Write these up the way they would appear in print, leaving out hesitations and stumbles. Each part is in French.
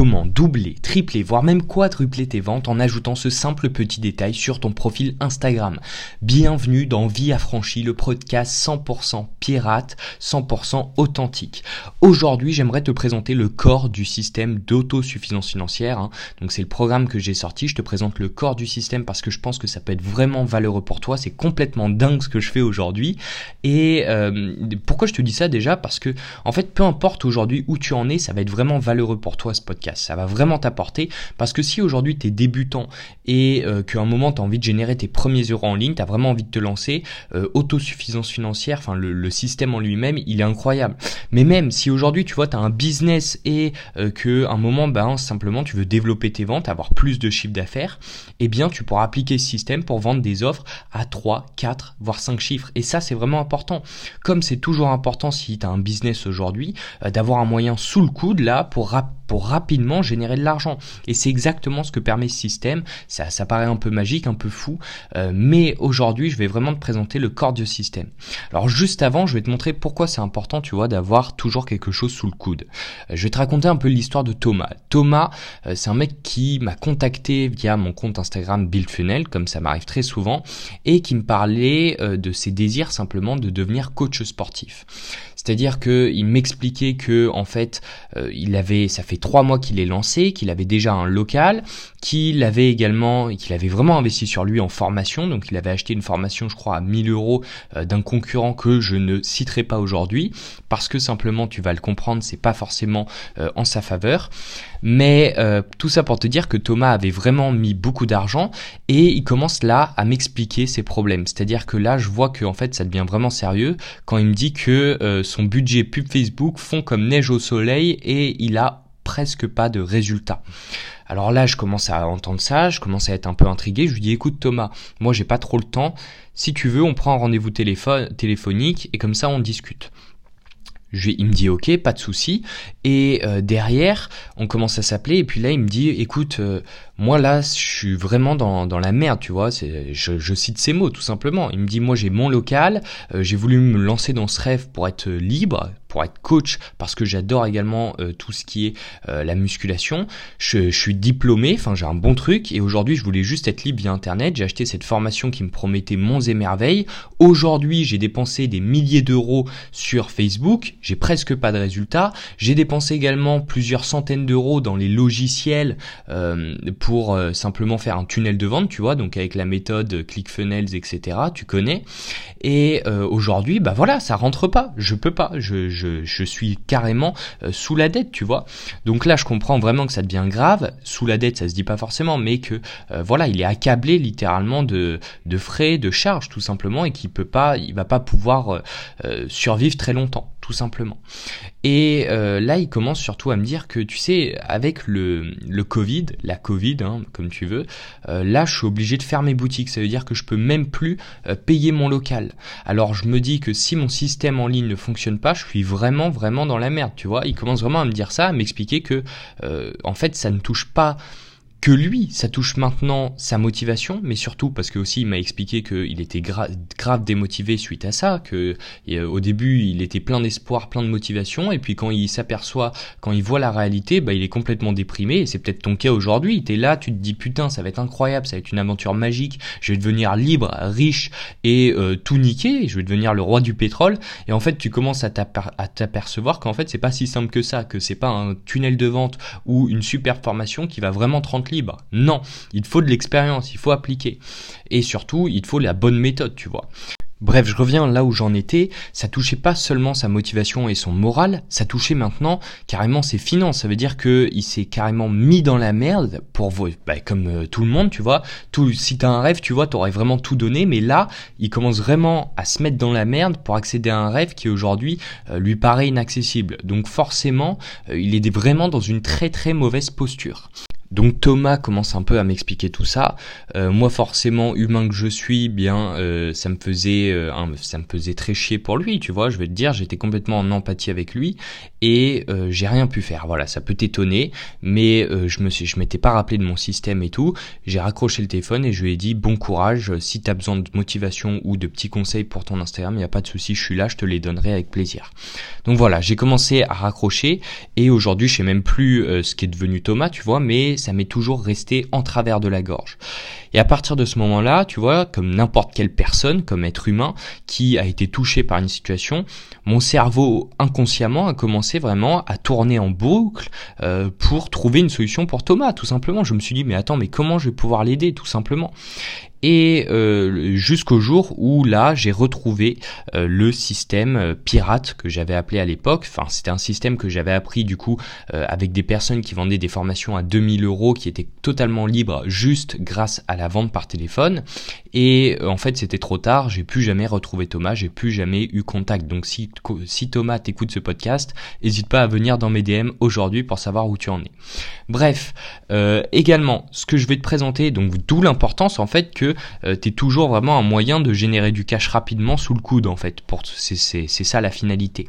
comment doubler, tripler, voire même quadrupler tes ventes en ajoutant ce simple petit détail sur ton profil Instagram. Bienvenue dans Vie Affranchie, le podcast 100% pirate, 100% authentique. Aujourd'hui, j'aimerais te présenter le corps du système d'autosuffisance financière. Donc c'est le programme que j'ai sorti, je te présente le corps du système parce que je pense que ça peut être vraiment valeureux pour toi. C'est complètement dingue ce que je fais aujourd'hui. Et pourquoi je te dis ça déjà? Parce que en fait, peu importe aujourd'hui où tu en es, ça va être vraiment valeureux pour toi ce podcast. Ça va vraiment t'apporter parce que si aujourd'hui tu es débutant et qu'à un moment tu as envie de générer tes premiers euros en ligne, tu as vraiment envie de te lancer, autosuffisance financière, enfin le système en lui-même, il est incroyable. Mais même si aujourd'hui tu vois tu as un business et qu'à un moment simplement tu veux développer tes ventes, avoir plus de chiffre d'affaires, eh bien tu pourras appliquer ce système pour vendre des offres à 3, 4, voire 5 chiffres. Et ça c'est vraiment important. Comme c'est toujours important si tu as un business aujourd'hui, d'avoir un moyen sous le coude là pour rapidement générer de l'argent. Et c'est exactement ce que permet ce système. Ça paraît un peu magique, un peu fou, mais aujourd'hui, je vais vraiment te présenter le corps du système. Alors juste avant, je vais te montrer pourquoi c'est important, tu vois, d'avoir toujours quelque chose sous le coude. Je vais te raconter un peu l'histoire de Thomas. Thomas, c'est un mec qui m'a contacté via mon compte Instagram BuildFunnel, comme ça m'arrive très souvent, et qui me parlait de ses désirs simplement de devenir coach sportif. C'est-à-dire qu'il m'expliquait que en fait, ça fait 3 mois qu'il est lancé, qu'il avait déjà un local, qu'il avait vraiment investi sur lui en formation. Donc il avait acheté une formation, je crois, à 1000 € d'un concurrent que je ne citerai pas aujourd'hui, parce que simplement, tu vas le comprendre, c'est pas forcément en sa faveur. Mais tout ça pour te dire que Thomas avait vraiment mis beaucoup d'argent et il commence là à m'expliquer ses problèmes. C'est-à-dire que là, je vois que en fait, ça devient vraiment sérieux quand il me dit que son budget pub Facebook fond comme neige au soleil et il a presque pas de résultats. Alors là, je commence à entendre ça, je commence à être un peu intrigué. Je lui dis, écoute Thomas, moi j'ai pas trop le temps. Si tu veux, on prend un rendez-vous téléphonique et comme ça on discute. Il me dit ok, pas de souci. Et derrière, on commence à s'appeler et puis là il me dit écoute, moi là je suis vraiment dans la merde, tu vois. Je cite ces mots tout simplement. Il me dit moi j'ai mon local, j'ai voulu me lancer dans ce rêve pour être libre, pour être coach parce que j'adore également tout ce qui est la musculation. Je suis diplômé, enfin j'ai un bon truc et aujourd'hui je voulais juste être libre via internet. J'ai acheté cette formation qui me promettait monts et merveilles. Aujourd'hui j'ai dépensé des milliers d'euros sur Facebook. J'ai presque pas de résultats. J'ai dépensé également plusieurs centaines d'euros dans les logiciels pour simplement faire un tunnel de vente, tu vois, donc avec la méthode ClickFunnels, etc. Tu connais. Et aujourd'hui, voilà, ça rentre pas. Je peux pas. Je suis carrément sous la dette, tu vois. Donc là, je comprends vraiment que ça devient grave. Sous la dette, ça se dit pas forcément, mais que il est accablé littéralement de frais, de charges, tout simplement, et il va pas pouvoir survivre très longtemps. Tout simplement. Et là, il commence surtout à me dire que, tu sais, avec le Covid, la Covid, comme tu veux, là, je suis obligé de fermer boutique. Ça veut dire que je peux même plus payer mon local. Alors, je me dis que si mon système en ligne ne fonctionne pas, je suis vraiment, vraiment dans la merde, tu vois. Il commence vraiment à me dire ça, à m'expliquer que, en fait, ça ne touche pas que lui, ça touche maintenant sa motivation, mais surtout parce que aussi il m'a expliqué qu'il était grave démotivé suite à ça, que au début il était plein d'espoir, plein de motivation, et puis quand il voit la réalité, il est complètement déprimé, et c'est peut-être ton cas aujourd'hui. T'es là, tu te dis putain, ça va être incroyable, ça va être une aventure magique, je vais devenir libre, riche et tout niquer, je vais devenir le roi du pétrole, et en fait tu commences à t'apercevoir qu'en fait c'est pas si simple que ça, que c'est pas un tunnel de vente ou une super formation qui va vraiment te rendre libre. Non, il faut de l'expérience, il faut appliquer. Et surtout, il faut la bonne méthode, tu vois. Bref, je reviens là où j'en étais, ça touchait pas seulement sa motivation et son moral, ça touchait maintenant carrément ses finances. Ça veut dire que il s'est carrément mis dans la merde comme tout le monde, tu vois. Si t'as un rêve, tu vois, t'aurais vraiment tout donné, mais là, il commence vraiment à se mettre dans la merde pour accéder à un rêve qui aujourd'hui lui paraît inaccessible. Donc forcément, il est vraiment dans une très très mauvaise posture. Donc Thomas commence un peu à m'expliquer tout ça. Moi forcément humain que je suis, bien ça me faisait très chier pour lui, tu vois. Je vais te dire, j'étais complètement en empathie avec lui et j'ai rien pu faire. Voilà, ça peut t'étonner, mais je m'étais pas rappelé de mon système et tout. J'ai raccroché le téléphone et je lui ai dit bon courage. Si t'as besoin de motivation ou de petits conseils pour ton Instagram, y a pas de souci, je suis là, je te les donnerai avec plaisir. Donc voilà, j'ai commencé à raccrocher et aujourd'hui je sais même plus ce qui est devenu Thomas, tu vois, mais ça m'est toujours resté en travers de la gorge. Et à partir de ce moment-là, tu vois, comme n'importe quelle personne, comme être humain qui a été touché par une situation, mon cerveau inconsciemment a commencé vraiment à tourner en boucle pour trouver une solution pour Thomas, tout simplement. Je me suis dit, mais attends, mais comment je vais pouvoir l'aider, tout simplement. Et jusqu'au jour où là j'ai retrouvé le système pirate que j'avais appelé à l'époque. Enfin, c'était un système que j'avais appris du coup avec des personnes qui vendaient des formations à 2000 € qui étaient totalement libres juste grâce à la vente par téléphone. Et en fait c'était trop tard, j'ai plus jamais retrouvé Thomas, j'ai plus jamais eu contact. Donc si Thomas t'écoute ce podcast, n'hésite pas à venir dans mes DM aujourd'hui pour savoir où tu en es. Bref, également ce que je vais te présenter, donc d'où l'importance en fait que t'es toujours vraiment un moyen de générer du cash rapidement sous le coude en fait. C'est ça la finalité.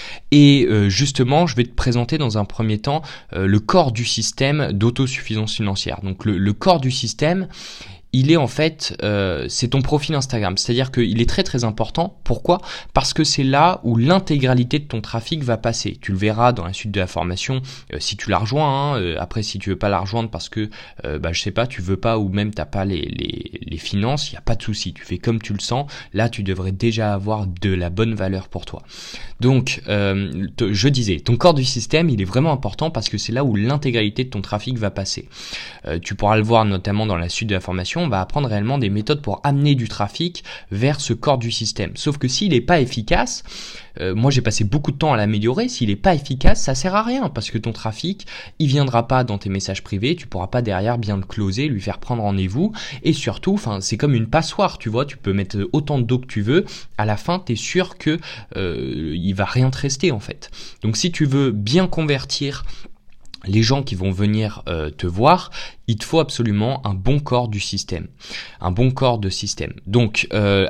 Et justement, je vais te présenter dans un premier temps le corps du système d'autosuffisance financière. Donc le corps du système, il est en fait, c'est ton profil Instagram. C'est-à-dire qu'il est très très important. Pourquoi ? Parce que c'est là où l'intégralité de ton trafic va passer. Tu le verras dans la suite de la formation si tu la rejoins. Après, si tu veux pas la rejoindre parce que, je sais pas, tu veux pas ou même t'as pas les finances, il y a pas de souci. Tu fais comme tu le sens. Là, tu devrais déjà avoir de la bonne valeur pour toi. Donc, je disais, ton corps du système, il est vraiment important parce que c'est là où l'intégralité de ton trafic va passer. Tu pourras le voir notamment dans la suite de la formation. On va apprendre réellement des méthodes pour amener du trafic vers ce corps du système. Sauf que s'il n'est pas efficace, moi j'ai passé beaucoup de temps à l'améliorer, s'il n'est pas efficace, ça sert à rien parce que ton trafic, il viendra pas dans tes messages privés, tu pourras pas derrière bien le closer, lui faire prendre rendez-vous et surtout, c'est comme une passoire, tu vois, tu peux mettre autant de dos que tu veux, à la fin tu es sûr que il va rien te rester en fait. Donc si tu veux bien convertir les gens qui vont venir te voir, il te faut absolument un bon corps du système, un bon corps de système. Donc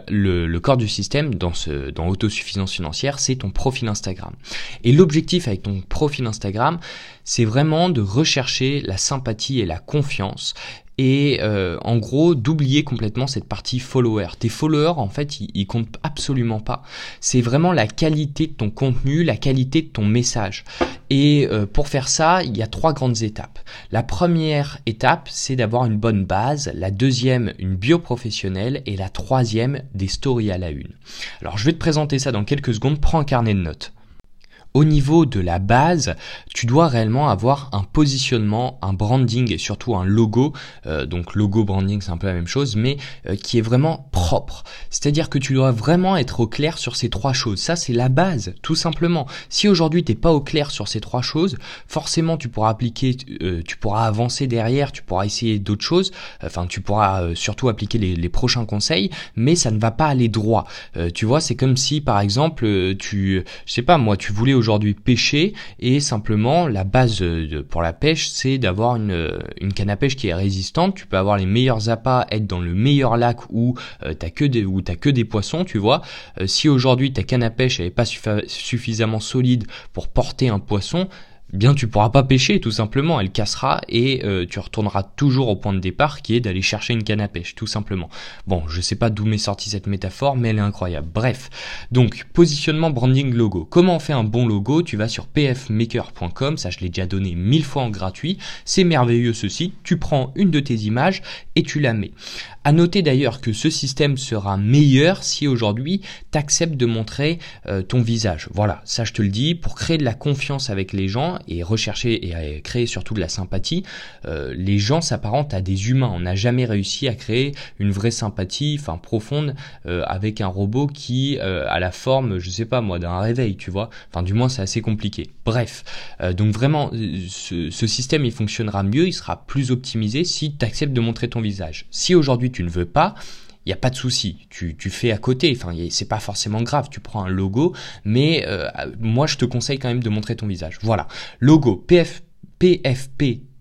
le corps du système dans autosuffisance financière, c'est ton profil Instagram. Et l'objectif avec ton profil Instagram, c'est vraiment de rechercher la sympathie et la confiance. Et en gros, d'oublier complètement cette partie follower. Tes followers, en fait, ils comptent absolument pas. C'est vraiment la qualité de ton contenu, la qualité de ton message. Et pour faire ça, il y a 3 grandes étapes. La première étape, c'est d'avoir une bonne base. La deuxième, une bio professionnelle. Et la troisième, des stories à la une. Alors, je vais te présenter ça dans quelques secondes. Prends un carnet de notes. Au niveau de la base, tu dois réellement avoir un positionnement, un branding et surtout un logo. Donc logo, branding, c'est un peu la même chose, mais qui est vraiment propre. C'est-à-dire que tu dois vraiment être au clair sur ces 3 choses. Ça, c'est la base, tout simplement. Si aujourd'hui t'es pas au clair sur ces 3 choses, forcément tu pourras appliquer, tu pourras avancer derrière, tu pourras essayer d'autres choses. Enfin, tu pourras surtout appliquer les prochains conseils, mais ça ne va pas aller droit. Tu vois, c'est comme si par exemple tu voulais aujourd'hui pêcher et simplement la base pour la pêche, c'est d'avoir une canne à pêche qui est résistante. Tu peux avoir les meilleurs appâts, être dans le meilleur lac où t'as que des poissons, tu vois. Si aujourd'hui ta canne à pêche elle est pas suffisamment solide pour porter un poisson, bien tu pourras pas pêcher tout simplement, elle cassera et tu retourneras toujours au point de départ qui est d'aller chercher une canne à pêche tout simplement. Bon, je sais pas d'où m'est sortie cette métaphore mais elle est incroyable. Bref, donc positionnement, branding, logo. Comment on fait un bon logo? Tu vas sur pfmaker.com, ça je l'ai déjà donné 1000 fois en gratuit, c'est merveilleux ce site, tu prends une de tes images et tu la mets. À noter d'ailleurs que ce système sera meilleur si aujourd'hui tu acceptes de montrer ton visage. Voilà, ça je te le dis, pour créer de la confiance avec les gens et rechercher et créer surtout de la sympathie, les gens s'apparentent à des humains. On n'a jamais réussi à créer une vraie sympathie, profonde, avec un robot qui a la forme, je sais pas moi, d'un réveil, tu vois. Enfin, du moins, c'est assez compliqué. Bref, donc vraiment, ce système, il fonctionnera mieux, il sera plus optimisé si tu acceptes de montrer ton visage. Si aujourd'hui tu ne veux pas, il n'y a pas de souci, tu fais à côté, c'est pas forcément grave, tu prends un logo, mais moi je te conseille quand même de montrer ton visage. Voilà, logo PFP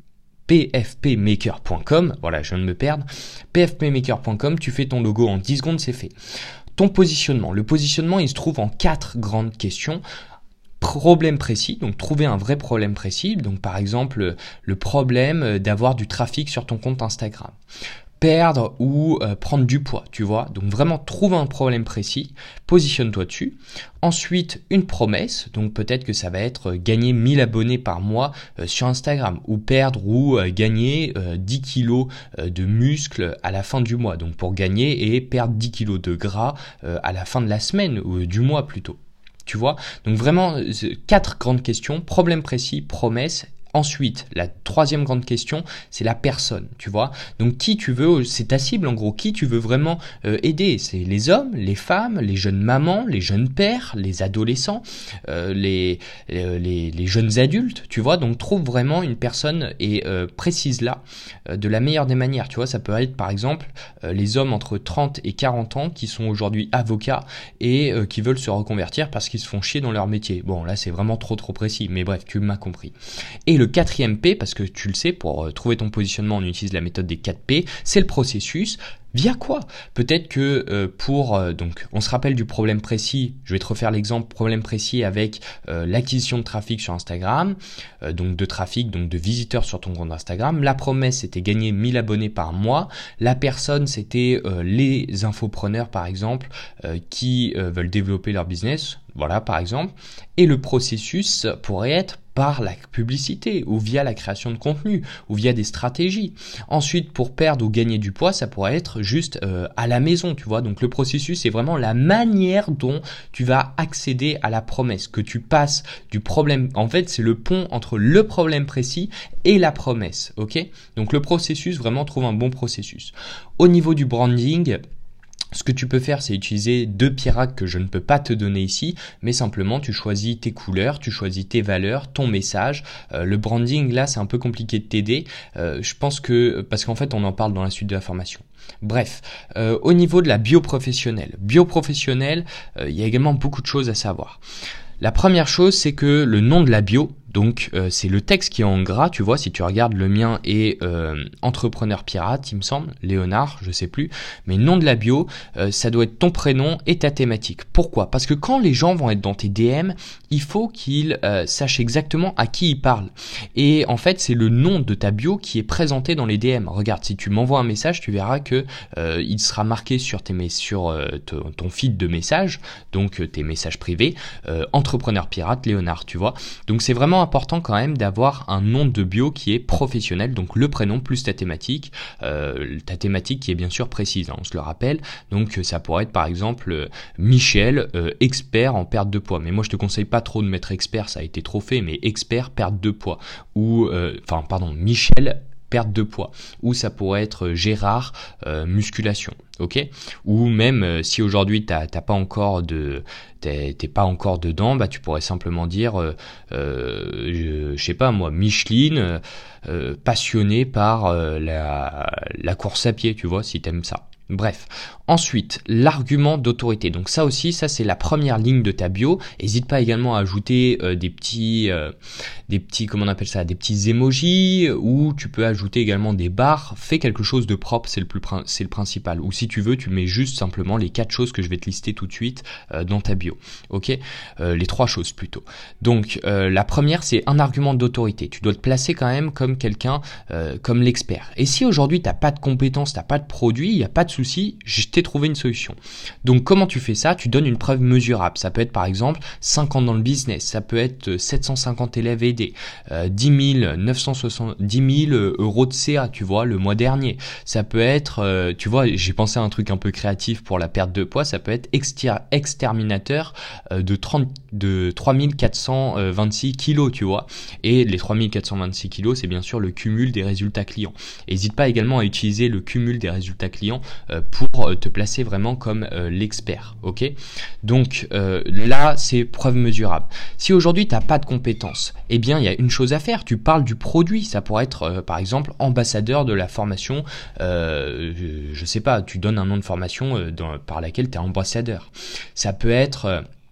pfpmaker.com, voilà, je viens de me perdre, pfpmaker.com, tu fais ton logo en 10 secondes, c'est fait. Ton positionnement, le positionnement, il se trouve en 4 grandes questions. Problème précis, donc trouver un vrai problème précis, donc par exemple le problème d'avoir du trafic sur ton compte Instagram. Perdre ou prendre du poids, tu vois. Donc vraiment trouve un problème précis, positionne-toi dessus. Ensuite, une promesse, donc peut-être que ça va être gagner 1000 abonnés par mois sur Instagram ou perdre ou gagner 10 kilos de muscles à la fin du mois. Donc pour gagner et perdre 10 kilos de gras à la fin de la semaine ou du mois plutôt. Tu vois, donc vraiment 4 grandes questions, problème précis, promesse. Ensuite, la troisième grande question, c'est la personne, tu vois. Donc qui tu veux, c'est ta cible en gros, qui tu veux vraiment aider. C'est les hommes, les femmes, les jeunes mamans, les jeunes pères, les adolescents, les jeunes adultes, tu vois. Donc trouve vraiment une personne et précise-la de la meilleure des manières, tu vois. Ça peut être par exemple les hommes entre 30 et 40 ans qui sont aujourd'hui avocats et qui veulent se reconvertir parce qu'ils se font chier dans leur métier. Bon, là c'est vraiment trop précis, mais bref, tu m'as compris. Et le quatrième P, parce que tu le sais, pour trouver ton positionnement, on utilise la méthode des 4 P, c'est le processus. Via quoi? Peut-être que donc on se rappelle du problème précis, je vais te refaire l'exemple problème précis avec l'acquisition de trafic sur Instagram, donc de trafic, donc de visiteurs sur ton compte Instagram. La promesse, c'était gagner 1000 abonnés par mois. La personne, c'était les infopreneurs par exemple qui veulent développer leur business, voilà par exemple. Et le processus pourrait être par la publicité ou via la création de contenu ou via des stratégies. Ensuite, pour perdre ou gagner du poids, ça pourrait être juste à la maison, tu vois. Donc le processus, c'est vraiment la manière dont tu vas accéder à la promesse, que tu passes du problème. En fait, c'est le pont entre le problème précis et la promesse, ok? Donc le processus, vraiment trouve un bon processus. Au niveau du branding, ce que tu peux faire, c'est utiliser 2 piracles que je ne peux pas te donner ici, mais simplement tu choisis tes couleurs, tu choisis tes valeurs, ton message. Le branding, là, c'est un peu compliqué de t'aider. Je pense que, parce qu'en fait, on en parle dans la suite de la formation. Bref, au niveau de la bio professionnelle, il y a également beaucoup de choses à savoir. La première chose, c'est que le nom de la bio, donc c'est le texte qui est en gras, tu vois, si tu regardes le mien est entrepreneur pirate, il me semble, Léonard, je sais plus, mais nom de la bio, ça doit être ton prénom et ta thématique. Pourquoi? Parce que quand les gens vont être dans tes DM, il faut qu'ils sachent exactement à qui ils parlent. Et en fait, c'est le nom de ta bio qui est présenté dans les DM. Regarde, si tu m'envoies un message, tu verras que il sera marqué sur ton feed de messages, donc tes messages privés, entrepreneur pirate, Léonard, tu vois. Donc c'est vraiment important quand même d'avoir un nom de bio qui est professionnel, donc le prénom plus ta thématique qui est bien sûr précise, hein, on se le rappelle. Donc ça pourrait être par exemple Michel, expert en perte de poids. Mais moi je te conseille pas trop de mettre expert, ça a été trop fait, mais expert perte de poids. Ou Michel perte de poids, ou ça pourrait être Gérard musculation, ok? Ou même si aujourd'hui t'es pas encore dedans, bah tu pourrais simplement dire je sais pas moi, Micheline passionné par la course à pied, tu vois, si t'aimes ça. Bref, ensuite, l'argument d'autorité. Donc ça aussi, ça c'est la première ligne de ta bio. N'hésite pas également à ajouter des petits comment on appelle ça, des petits emojis, ou tu peux ajouter également des barres. Fais quelque chose de propre, c'est le principal. Ou si tu veux, tu mets juste simplement les 4 choses que je vais te lister tout de suite dans ta bio. Ok, les 3 choses plutôt. Donc la première, c'est un argument d'autorité. Tu dois te placer quand même comme quelqu'un, comme l'expert. Et si aujourd'hui t'as pas de compétences, t'as pas de produit, il y a pas de souci, je t'ai trouvé une solution. Donc comment tu fais ça? Tu donnes une preuve mesurable. Ça peut être par exemple 5 ans dans le business, ça peut être 750 élèves aidés, 10 000 euros de CA, tu vois, le mois dernier. Ça peut être, tu vois, j'ai pensé à un truc un peu créatif pour la perte de poids, ça peut être exterminateur de 3426 kilos, tu vois. Et les 3426 kilos, c'est bien sûr le cumul des résultats clients. N'hésite pas également à utiliser le cumul des résultats clients pour te placer vraiment comme l'expert, ok? Donc là, c'est preuve mesurable. Si aujourd'hui tu n'as pas de compétences, eh bien il y a une chose à faire, tu parles du produit. Ça pourrait être par exemple ambassadeur de la formation, je sais pas, tu donnes un nom de formation par laquelle tu es ambassadeur. Ça peut être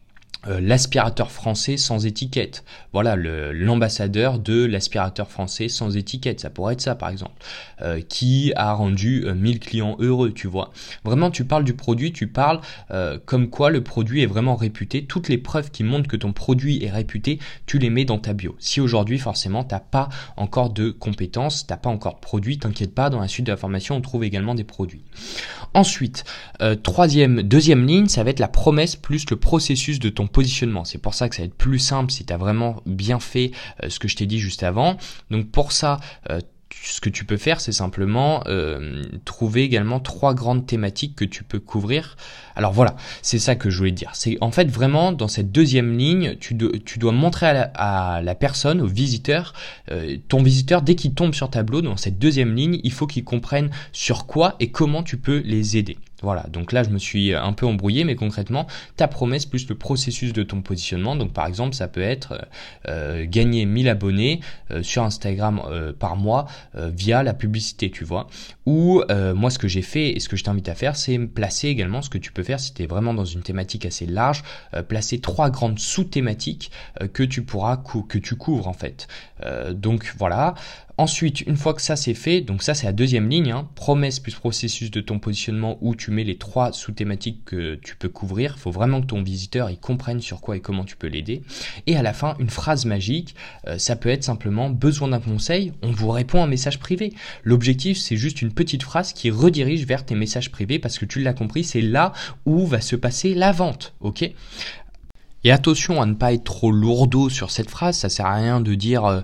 l'aspirateur français sans étiquette. Voilà, l'ambassadeur de l'aspirateur français sans étiquette, ça pourrait être ça par exemple, qui a rendu 1000 clients heureux, tu vois. Vraiment, tu parles du produit, tu parles comme quoi le produit est vraiment réputé. Toutes les preuves qui montrent que ton produit est réputé, tu les mets dans ta bio. Si aujourd'hui, forcément, t'as pas encore de compétences, t'as pas encore de produits, t'inquiète pas, dans la suite de la formation, on trouve également des produits. Ensuite, deuxième ligne, ça va être la promesse plus le processus de ton positionnement. C'est pour ça que ça va être plus simple si tu as vraiment bien fait ce que je t'ai dit juste avant. Donc pour ça, ce que tu peux faire, c'est simplement trouver également 3 grandes thématiques que tu peux couvrir. Alors voilà, c'est ça que je voulais dire. C'est en fait vraiment dans cette deuxième ligne, tu dois montrer à la personne, au visiteur, ton visiteur, dès qu'il tombe sur Tableau, dans cette deuxième ligne, il faut qu'il comprenne sur quoi et comment tu peux les aider. Voilà, donc là je me suis un peu embrouillé, mais concrètement, ta promesse plus le processus de ton positionnement. Donc par exemple, ça peut être gagner 1000 abonnés sur Instagram par mois via la publicité, tu vois. Ou moi ce que j'ai fait et ce que je t'invite à faire, c'est placer également ce que tu peux faire si tu es vraiment dans une thématique assez large, placer 3 grandes sous-thématiques que tu couvres en fait. Donc voilà. Ensuite, une fois que ça c'est fait, donc ça c'est la deuxième ligne, promesse plus processus de ton positionnement où tu mets les 3 sous-thématiques que tu peux couvrir. Il faut vraiment que ton visiteur il comprenne sur quoi et comment tu peux l'aider. Et à la fin, une phrase magique, ça peut être simplement besoin d'un conseil, on vous répond un message privé. L'objectif c'est juste une petite phrase qui redirige vers tes messages privés parce que tu l'as compris, c'est là où va se passer la vente, ok ? Et attention à ne pas être trop lourdeau sur cette phrase, ça sert à rien de dire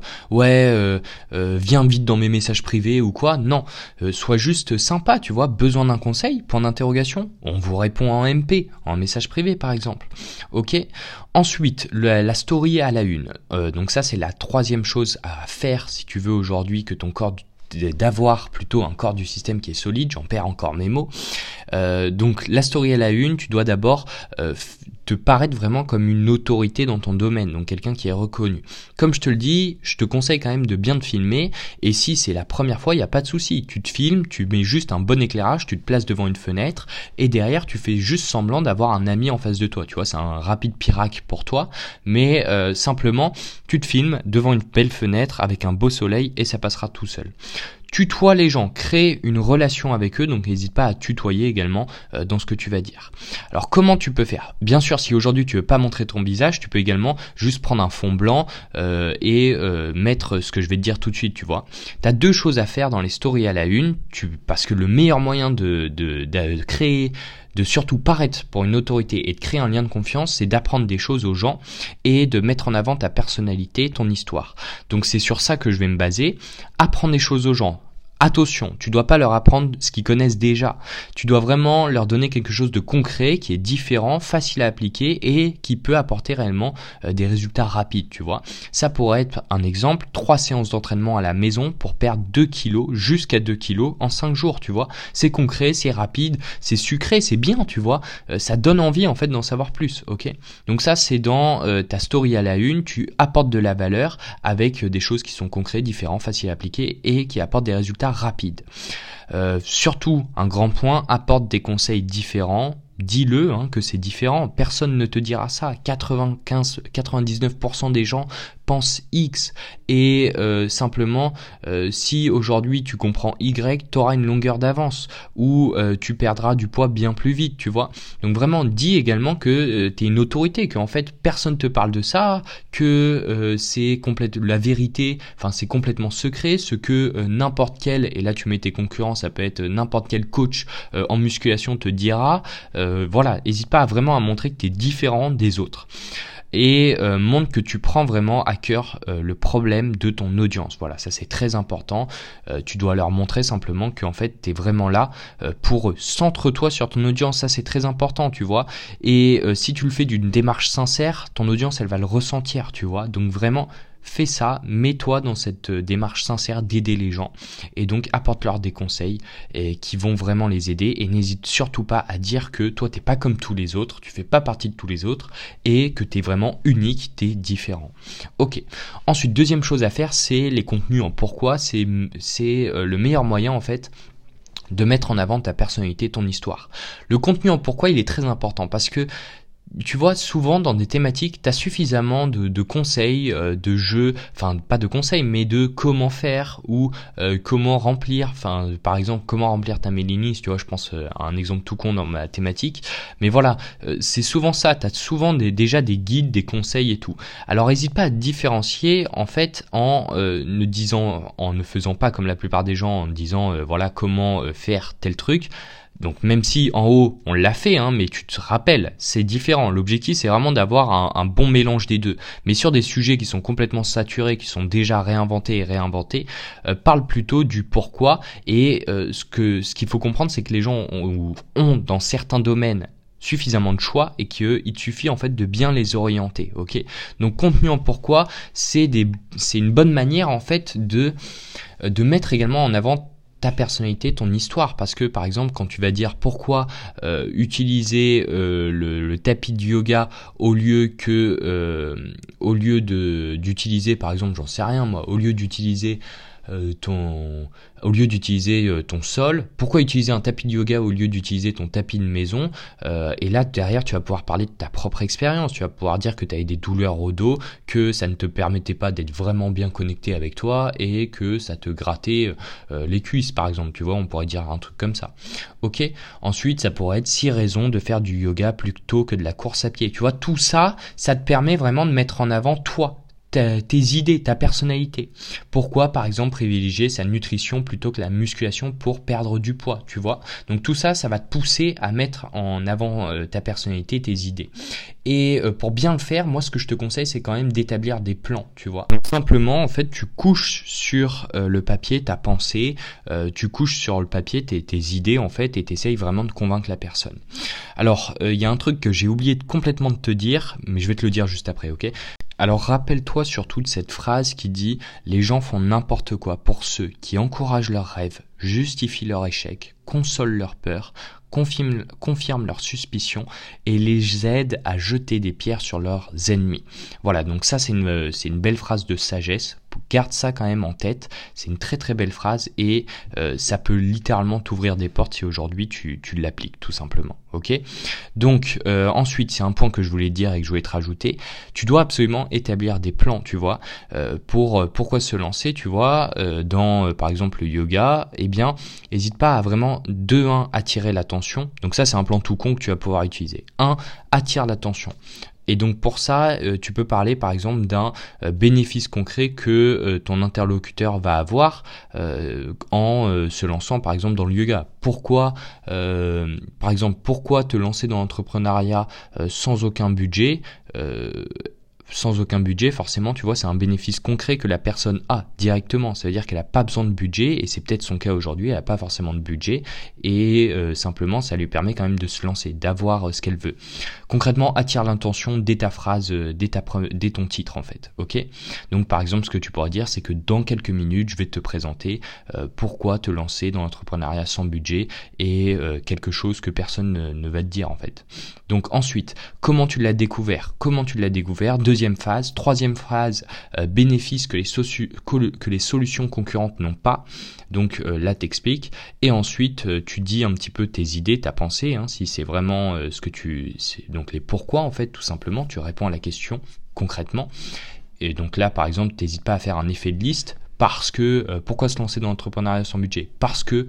viens vite dans mes messages privés ou quoi. Non, sois juste sympa, tu vois, besoin d'un conseil, point d'interrogation. On vous répond en MP, en message privé par exemple. Ok. Ensuite, la story à la une. Donc ça c'est la 3e chose à faire si tu veux aujourd'hui que ton corps d'avoir plutôt un corps du système qui est solide, j'en perds encore mes mots. Donc la story à la une, tu dois d'abord te paraître vraiment comme une autorité dans ton domaine, donc quelqu'un qui est reconnu. Comme je te le dis, je te conseille quand même de bien te filmer, et si c'est la première fois, il n'y a pas de souci. Tu te filmes, tu mets juste un bon éclairage, tu te places devant une fenêtre, et derrière tu fais juste semblant d'avoir un ami en face de toi. Tu vois, c'est un rapide pirac pour toi, mais simplement tu te filmes devant une belle fenêtre avec un beau soleil et ça passera tout seul. Tutoie les gens, crée une relation avec eux, donc n'hésite pas à tutoyer également dans ce que tu vas dire. Alors comment tu peux faire ? Bien sûr, si aujourd'hui tu veux pas montrer ton visage, tu peux également juste prendre un fond blanc et mettre ce que je vais te dire tout de suite, tu vois. Tu as 2 choses à faire dans les stories à la une, parce que le meilleur moyen de créer, de surtout paraître pour une autorité et de créer un lien de confiance, c'est d'apprendre des choses aux gens et de mettre en avant ta personnalité, ton histoire. Donc c'est sur ça que je vais me baser. Apprendre des choses aux gens. Attention, tu dois pas leur apprendre ce qu'ils connaissent déjà. Tu dois vraiment leur donner quelque chose de concret, qui est différent, facile à appliquer et qui peut apporter réellement des résultats rapides, tu vois. Ça pourrait être un exemple, 3 séances d'entraînement à la maison pour perdre 2 kilos, jusqu'à 2 kilos en 5 jours, tu vois. C'est concret, c'est rapide, c'est sucré, c'est bien, tu vois. Ça donne envie en fait d'en savoir plus, ok. Donc ça c'est dans ta story à la une, tu apportes de la valeur avec des choses qui sont concrètes, différentes, faciles à appliquer et qui apportent des résultats rapide. Surtout, un grand point, apporte des conseils différents. Dis-le que c'est différent. Personne ne te dira ça. 99% des gens pensent X et simplement si aujourd'hui tu comprends Y, tu auras une longueur d'avance ou tu perdras du poids bien plus vite, tu vois. Donc vraiment dis également que tu es une autorité, qu'en fait personne te parle de ça, que c'est la vérité, enfin c'est complètement secret, ce que n'importe quel, et là tu mets tes concurrents, ça peut être n'importe quel coach en musculation te dira. Voilà, n'hésite pas vraiment à montrer que tu es différent des autres. Et montre que tu prends vraiment à cœur le problème de ton audience. Voilà, ça c'est très important. Tu dois leur montrer simplement qu'en fait tu es vraiment là pour eux. Centre-toi sur ton audience, ça c'est très important, tu vois. Et si tu le fais d'une démarche sincère, ton audience elle va le ressentir, tu vois. Donc vraiment fais ça, mets-toi dans cette démarche sincère d'aider les gens et donc apporte-leur des conseils qui vont vraiment les aider et n'hésite surtout pas à dire que toi t'es pas comme tous les autres, tu fais pas partie de tous les autres et que t'es vraiment unique, t'es différent. Ok. Ensuite, deuxième chose à faire, c'est les contenus en pourquoi. C'est le meilleur moyen en fait de mettre en avant ta personnalité, ton histoire. Le contenu en pourquoi il est très important parce que tu vois, souvent dans des thématiques, tu as suffisamment de conseils, de jeux, enfin pas de conseils, mais de comment faire ou comment remplir, enfin par exemple comment remplir ta mailing list, tu vois, je pense à un exemple tout con dans ma thématique, mais voilà, c'est souvent ça, tu as souvent déjà des guides, des conseils et tout. Alors n'hésite pas à te différencier en fait en ne faisant pas comme la plupart des gens en disant voilà comment faire tel truc. Donc même si en haut on l'a fait, mais tu te rappelles, c'est différent. L'objectif c'est vraiment d'avoir un bon mélange des deux. Mais sur des sujets qui sont complètement saturés, qui sont déjà réinventés et réinventés, parle plutôt du pourquoi. Et ce qu'il faut comprendre, c'est que les gens ont dans certains domaines suffisamment de choix et qu'il te suffit en fait de bien les orienter, ok. Donc contenu en pourquoi, c'est une bonne manière en fait de mettre également en avant ta personnalité, ton histoire, parce que par exemple quand tu vas dire pourquoi utiliser le tapis de yoga au lieu d'utiliser par exemple, j'en sais rien moi, au lieu d'utiliser ton sol, pourquoi utiliser un tapis de yoga au lieu d'utiliser ton tapis de maison, et là derrière tu vas pouvoir parler de ta propre expérience, tu vas pouvoir dire que tu as eu des douleurs au dos, que ça ne te permettait pas d'être vraiment bien connecté avec toi et que ça te grattait les cuisses par exemple, tu vois, on pourrait dire un truc comme ça, ok. Ensuite ça pourrait être 6 raisons de faire du yoga plutôt que de la course à pied, tu vois, tout ça, ça te permet vraiment de mettre en avant toi, tes idées, ta personnalité. Pourquoi, par exemple, privilégier sa nutrition plutôt que la musculation pour perdre du poids, tu vois. Donc tout ça, ça va te pousser à mettre en avant ta personnalité, tes idées. Et pour bien le faire, moi, ce que je te conseille, c'est quand même d'établir des plans, tu vois. Donc simplement, en fait, tu couches sur le papier ta pensée, tu couches sur le papier tes idées, en fait, et t'essayes vraiment de convaincre la personne. Alors, il y a un truc que j'ai oublié complètement de te dire, mais je vais te le dire juste après, ok ? Alors rappelle-toi surtout de cette phrase qui dit « Les gens font n'importe quoi pour ceux qui encouragent leurs rêves, justifient leur échec, consolent leur peur, confirment leurs suspicions et les aident à jeter des pierres sur leurs ennemis. » Voilà, donc ça c'est une belle phrase de sagesse. Garde ça quand même en tête, c'est une très très belle phrase et ça peut littéralement t'ouvrir des portes si aujourd'hui tu l'appliques tout simplement, ok. Donc ensuite, c'est un point que je voulais dire et que je voulais te rajouter, tu dois absolument établir des plans, tu vois, pourquoi se lancer, tu vois, dans par exemple le yoga, eh bien, n'hésite pas à vraiment attirer l'attention, donc ça c'est un plan tout con que tu vas pouvoir utiliser. Attire l'attention. Et donc pour ça, tu peux parler par exemple d'un bénéfice concret que ton interlocuteur va avoir en se lançant par exemple dans le yoga. Pourquoi te lancer dans l'entrepreneuriat sans aucun budget forcément, tu vois, c'est un bénéfice concret que la personne a directement. Ça veut dire qu'elle n'a pas besoin de budget, et c'est peut-être son cas aujourd'hui, elle n'a pas forcément de budget, et simplement, ça lui permet quand même de se lancer, d'avoir ce qu'elle veut. Concrètement, attire l'intention dès ta phrase, dès ton titre, en fait, ok ? Donc, par exemple, ce que tu pourrais dire, c'est que dans quelques minutes, je vais te présenter pourquoi te lancer dans l'entrepreneuriat sans budget, et quelque chose que personne ne va te dire, en fait. Donc, ensuite, comment tu l'as découvert ? Troisième phase, bénéfices que les solutions concurrentes n'ont pas. Donc là, t'expliques. Et ensuite, tu dis un petit peu tes idées, ta pensée, si c'est vraiment donc les pourquoi en fait, tout simplement. Tu réponds à la question concrètement. Et donc là, par exemple, t'hésites pas à faire un effet de liste. Parce que pourquoi se lancer dans l'entrepreneuriat sans budget ? Parce que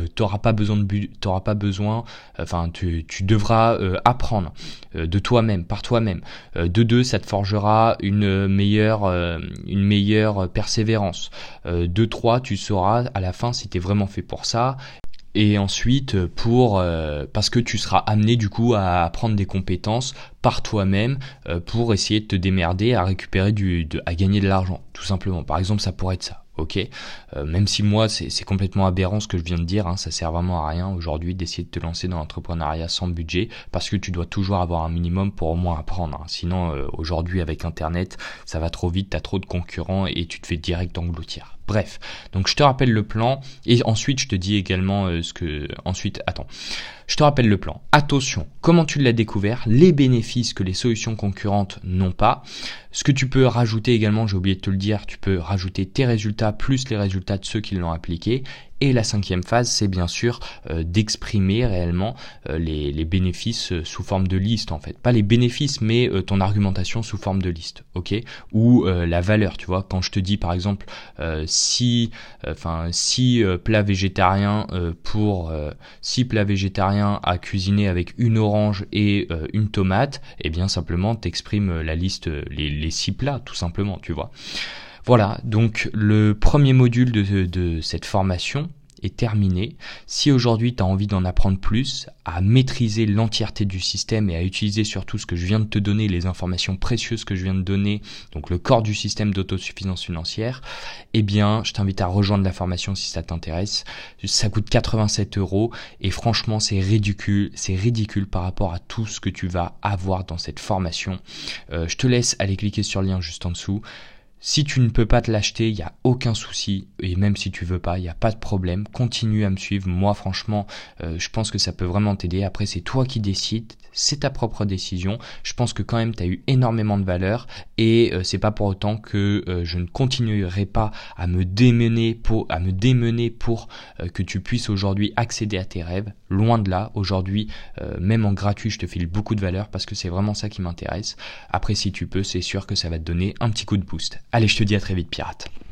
tu devras apprendre de toi-même, par toi-même. De deux, ça te forgera une meilleure persévérance. De trois, tu sauras à la fin si tu es vraiment fait pour ça. Et ensuite, parce que tu seras amené du coup à apprendre des compétences par toi-même pour essayer de te démerder à récupérer à gagner de l'argent, tout simplement. Par exemple, ça pourrait être ça. Ok, même si moi c'est complètement aberrant ce que je viens de dire, ça sert vraiment à rien aujourd'hui d'essayer de te lancer dans l'entrepreneuriat sans budget, parce que tu dois toujours avoir un minimum pour au moins apprendre. Sinon aujourd'hui avec internet ça va trop vite, t'as trop de concurrents et tu te fais direct engloutir. Bref, donc je te rappelle le plan et ensuite je te dis également je te rappelle le plan. Attention, comment tu l'as découvert, les bénéfices que les solutions concurrentes n'ont pas. Ce que tu peux rajouter également, j'ai oublié de te le dire, tu peux rajouter tes résultats plus les résultats de ceux qui l'ont appliqué. Et la cinquième phase, c'est bien sûr d'exprimer réellement les bénéfices sous forme de liste en fait. Pas les bénéfices, mais ton argumentation sous forme de liste, ok? Ou la valeur, tu vois. Quand je te dis par exemple 6 plats végétariens six plats végétariens à cuisiner avec une orange et une tomate, et bien simplement t'exprimes la liste, les 6 plats tout simplement, tu vois. Voilà, donc le premier module de cette formation est terminé. Si aujourd'hui tu as envie d'en apprendre plus, à maîtriser l'entièreté du système et à utiliser surtout ce que je viens de te donner, les informations précieuses que je viens de donner, donc le corps du système d'autosuffisance financière, eh bien je t'invite à rejoindre la formation si ça t'intéresse. Ça coûte 87 € et franchement c'est ridicule par rapport à tout ce que tu vas avoir dans cette formation. Je te laisse aller cliquer sur le lien juste en dessous. Si tu ne peux pas te l'acheter, il n'y a aucun souci, et même si tu veux pas, il n'y a pas de problème, continue à me suivre. Moi franchement, je pense que ça peut vraiment t'aider. Après c'est toi qui décides, c'est ta propre décision. Je pense que quand même tu as eu énormément de valeur, et c'est pas pour autant que je ne continuerai pas à me démener pour que tu puisses aujourd'hui accéder à tes rêves. Loin de là, aujourd'hui, même en gratuit, je te file beaucoup de valeur parce que c'est vraiment ça qui m'intéresse. Après si tu peux, c'est sûr que ça va te donner un petit coup de boost. Allez, je te dis à très vite, pirate.